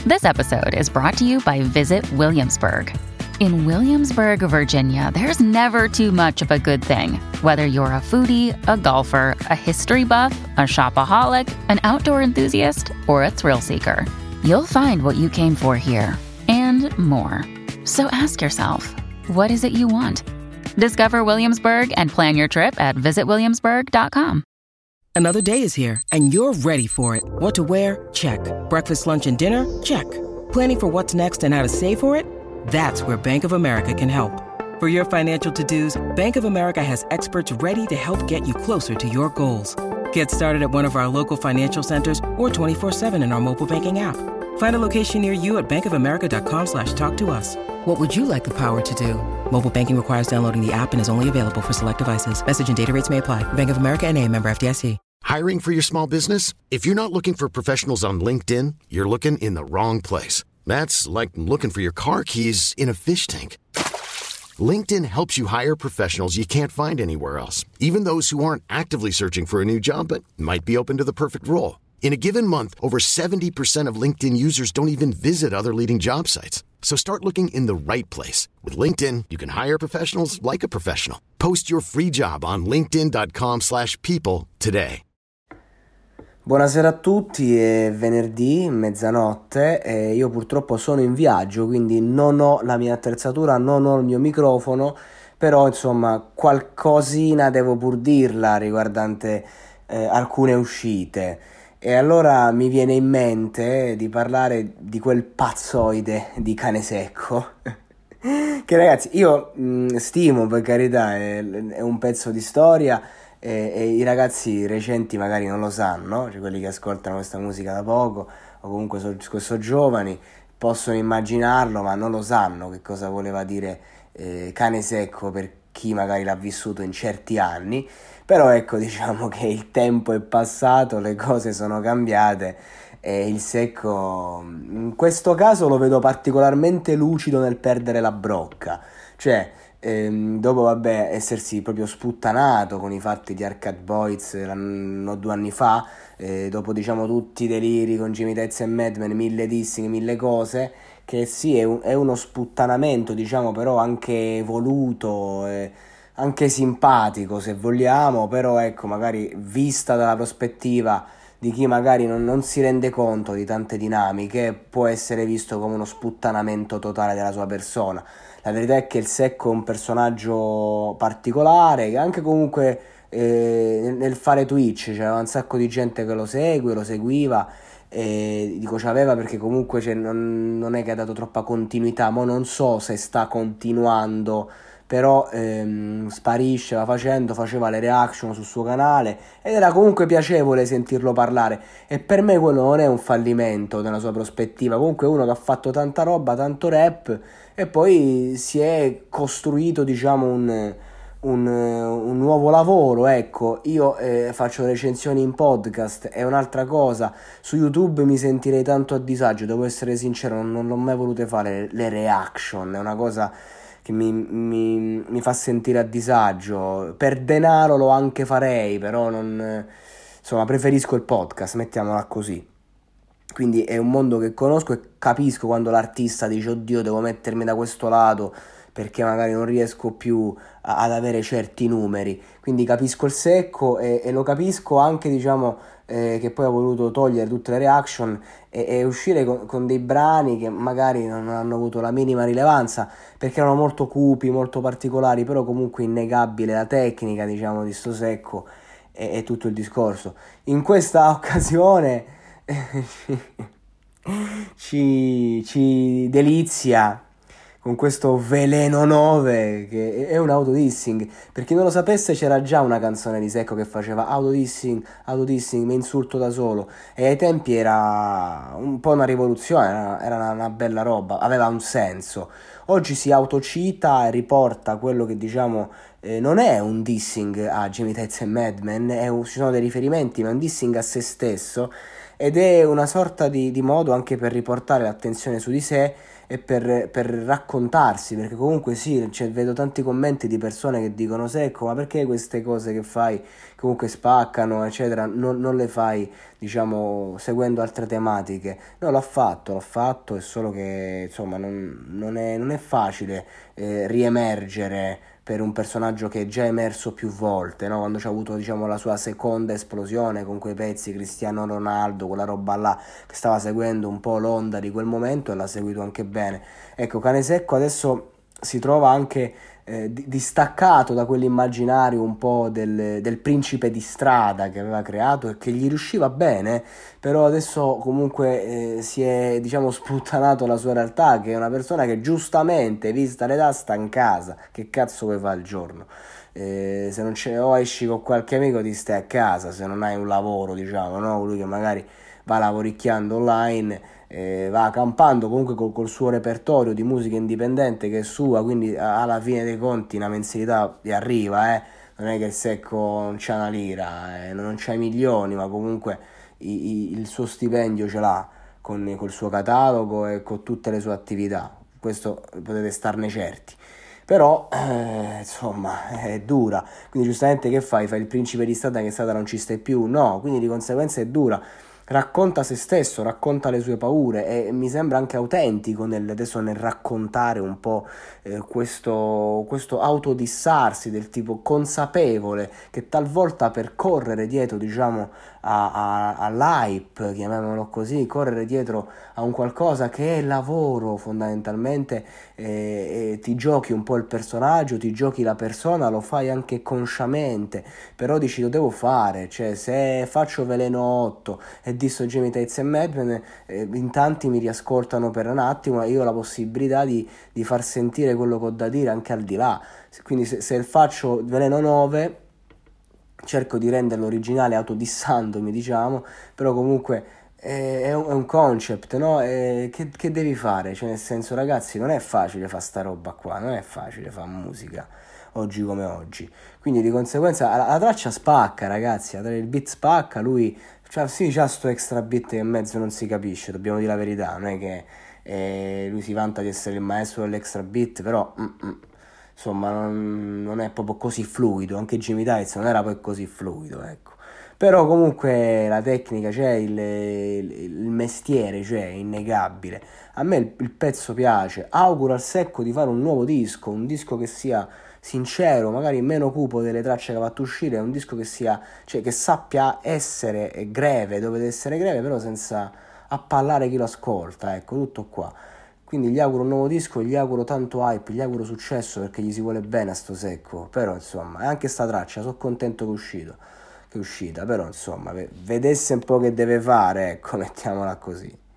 This episode is brought to you by Visit Williamsburg. In Williamsburg, Virginia, there's never too much of a good thing. Whether you're a foodie, a golfer, a history buff, a shopaholic, an outdoor enthusiast, or a thrill seeker, you'll find what you came for here and more. So ask yourself, what is it you want? Discover Williamsburg and plan your trip at visitwilliamsburg.com. Another day is here, and you're ready for it. What to wear? Check. Breakfast, lunch, and dinner? Check. Planning for what's next and how to save for it? That's where Bank of America can help. For your financial to-dos, Bank of America has experts ready to help get you closer to your goals. Get started at one of our local financial centers or 24/7 in our mobile banking app. Find a location near you at bankofamerica.com/talktous. What would you like the power to do? Mobile banking requires downloading the app and is only available for select devices. Message and data rates may apply. Bank of America N.A., member FDIC. Hiring for your small business? If you're not looking for professionals on LinkedIn, you're looking in the wrong place. That's like looking for your car keys in a fish tank. LinkedIn helps you hire professionals you can't find anywhere else, even those who aren't actively searching for a new job but might be open to the perfect role. In a given month, over 70% of LinkedIn users don't even visit other leading job sites. So start looking in the right place. With LinkedIn, you can hire professionals like a professional. Post your free job on linkedin.com/people today. Buonasera a tutti, è venerdì, mezzanotte, e io purtroppo sono in viaggio, quindi non ho la mia attrezzatura, non ho il mio microfono, però insomma qualcosina devo pur dirla riguardante alcune uscite. E allora mi viene in mente di parlare di quel pazzoide di Cane Secco che ragazzi io stimo, per carità, è un pezzo di storia e i ragazzi recenti magari non lo sanno, cioè quelli che ascoltano questa musica da poco o comunque sono giovani, possono immaginarlo ma non lo sanno che cosa voleva dire Cane Secco per chi magari l'ha vissuto in certi anni. Però ecco, diciamo che il tempo è passato, le cose sono cambiate e il Secco in questo caso lo vedo particolarmente lucido nel perdere la brocca, cioè dopo essersi proprio sputtanato con i fatti di Arcade Boys 2 anni fa, dopo diciamo tutti i deliri con Jimmy Tezza e Madman, 1000 dissing, 1000 cose, che sì è uno sputtanamento diciamo però anche voluto, anche simpatico se vogliamo, però ecco magari vista dalla prospettiva di chi magari non si rende conto di tante dinamiche può essere visto come uno sputtanamento totale della sua persona. La verità è che il Secco è un personaggio particolare che anche comunque nel fare Twitch c'era un sacco di gente che lo segue, lo seguiva, dico c'aveva perché comunque non è che ha dato troppa continuità, ma non so se sta continuando, però sparisce, faceva le reaction sul suo canale ed era comunque piacevole sentirlo parlare e per me quello non è un fallimento nella sua prospettiva, comunque è uno che ha fatto tanta roba, tanto rap e poi si è costruito diciamo un nuovo lavoro. Ecco, io faccio recensioni in podcast, è un'altra cosa, su YouTube mi sentirei tanto a disagio, devo essere sincero, non l'ho mai volute fare le reaction, è una cosa che mi fa sentire a disagio. Per denaro lo anche farei, però non, insomma preferisco il podcast, mettiamola così. Quindi è un mondo che conosco e capisco quando l'artista dice oddio devo mettermi da questo lato perché magari non riesco più ad avere certi numeri, quindi capisco il Secco e lo capisco anche diciamo che poi ha voluto togliere tutte le reaction e uscire con dei brani che magari non hanno avuto la minima rilevanza perché erano molto cupi, molto particolari, però comunque innegabile la tecnica diciamo di sto Secco e tutto il discorso. In questa occasione ci delizia con questo Veleno 9 che è un autodissing. Per chi non lo sapesse c'era già una canzone di Secco che faceva autodissing, mi insulto da solo e ai tempi era un po' una rivoluzione, era una bella roba, aveva un senso. Oggi si autocita e riporta quello che diciamo non è un dissing a Jimmy Tezza e Madman, ci sono dei riferimenti ma è un dissing a se stesso ed è una sorta di modo anche per riportare l'attenzione su di sé e per raccontarsi, perché comunque sì, cioè, vedo tanti commenti di persone che dicono Secco, ma perché queste cose che fai comunque spaccano, eccetera, non le fai, diciamo, seguendo altre tematiche? No, l'ho fatto, è solo che, insomma, non è facile riemergere per un personaggio che è già emerso più volte, no? Quando c'ha avuto, diciamo, la sua seconda esplosione con quei pezzi Cristiano Ronaldo, quella roba là, che stava seguendo un po' l'onda di quel momento e l'ha seguito anche bene. Ecco, Cane Secco adesso si trova anche distaccato da quell'immaginario un po' del principe di strada che aveva creato e che gli riusciva bene, però adesso comunque si è, diciamo, sputtanato la sua realtà, che è una persona che giustamente, vista l'età, sta in casa. Che cazzo vuoi fare al giorno? Se non c'è, o esci con qualche amico, ti stai a casa, se non hai un lavoro, diciamo, no? Lui che magari va lavoricchiando online, va campando comunque col suo repertorio di musica indipendente che è sua, quindi alla fine dei conti una mensilità gli arriva, non è che il Secco non c'ha una lira, non c'ha i milioni, ma comunque il suo stipendio ce l'ha col suo catalogo e con tutte le sue attività, questo potete starne certi. Però insomma è dura, quindi giustamente che fai? Fai il principe di strada, che in strada non ci stai più? No, quindi di conseguenza è dura. Racconta se stesso, racconta le sue paure e mi sembra anche autentico adesso nel raccontare un po' questo autodissarsi del tipo consapevole che talvolta per correre dietro, diciamo, all'hype, chiamiamolo così, correre dietro a un qualcosa che è lavoro fondamentalmente, ti giochi un po' il personaggio, ti giochi la persona, lo fai anche consciamente, però dici lo devo fare, cioè se faccio Veleno 8 e disso Jamie Tates e Madman, in tanti mi riascoltano per un attimo e io ho la possibilità di far sentire quello che ho da dire anche al di là, quindi se faccio Veleno 9 cerco di renderlo originale autodissandomi, diciamo, però comunque è un concept, no? Che devi fare? Cioè, nel senso, ragazzi, non è facile fare sta roba qua, non è facile fare musica oggi come oggi, quindi di conseguenza la traccia spacca, ragazzi, il beat spacca, lui cioè, sì, c'ha sto extra beat che in mezzo non si capisce, dobbiamo dire la verità, non è che lui si vanta di essere il maestro dell'extra beat, però insomma non è proprio così fluido, anche Jimmy Tights non era poi così fluido, ecco. Però comunque la tecnica c'è, il mestiere c'è, è innegabile. A me il pezzo piace, auguro al Secco di fare un nuovo disco, un disco che sia sincero, magari meno cupo delle tracce che ha fatto uscire, è un disco che sia, cioè che sappia essere greve, dove deve essere greve, però senza appallare chi lo ascolta, ecco, tutto qua. Quindi gli auguro un nuovo disco, gli auguro tanto hype, gli auguro successo perché gli si vuole bene a sto Secco, però insomma, e anche sta traccia, sono contento che è uscita, però insomma, vedesse un po' che deve fare, ecco, mettiamola così.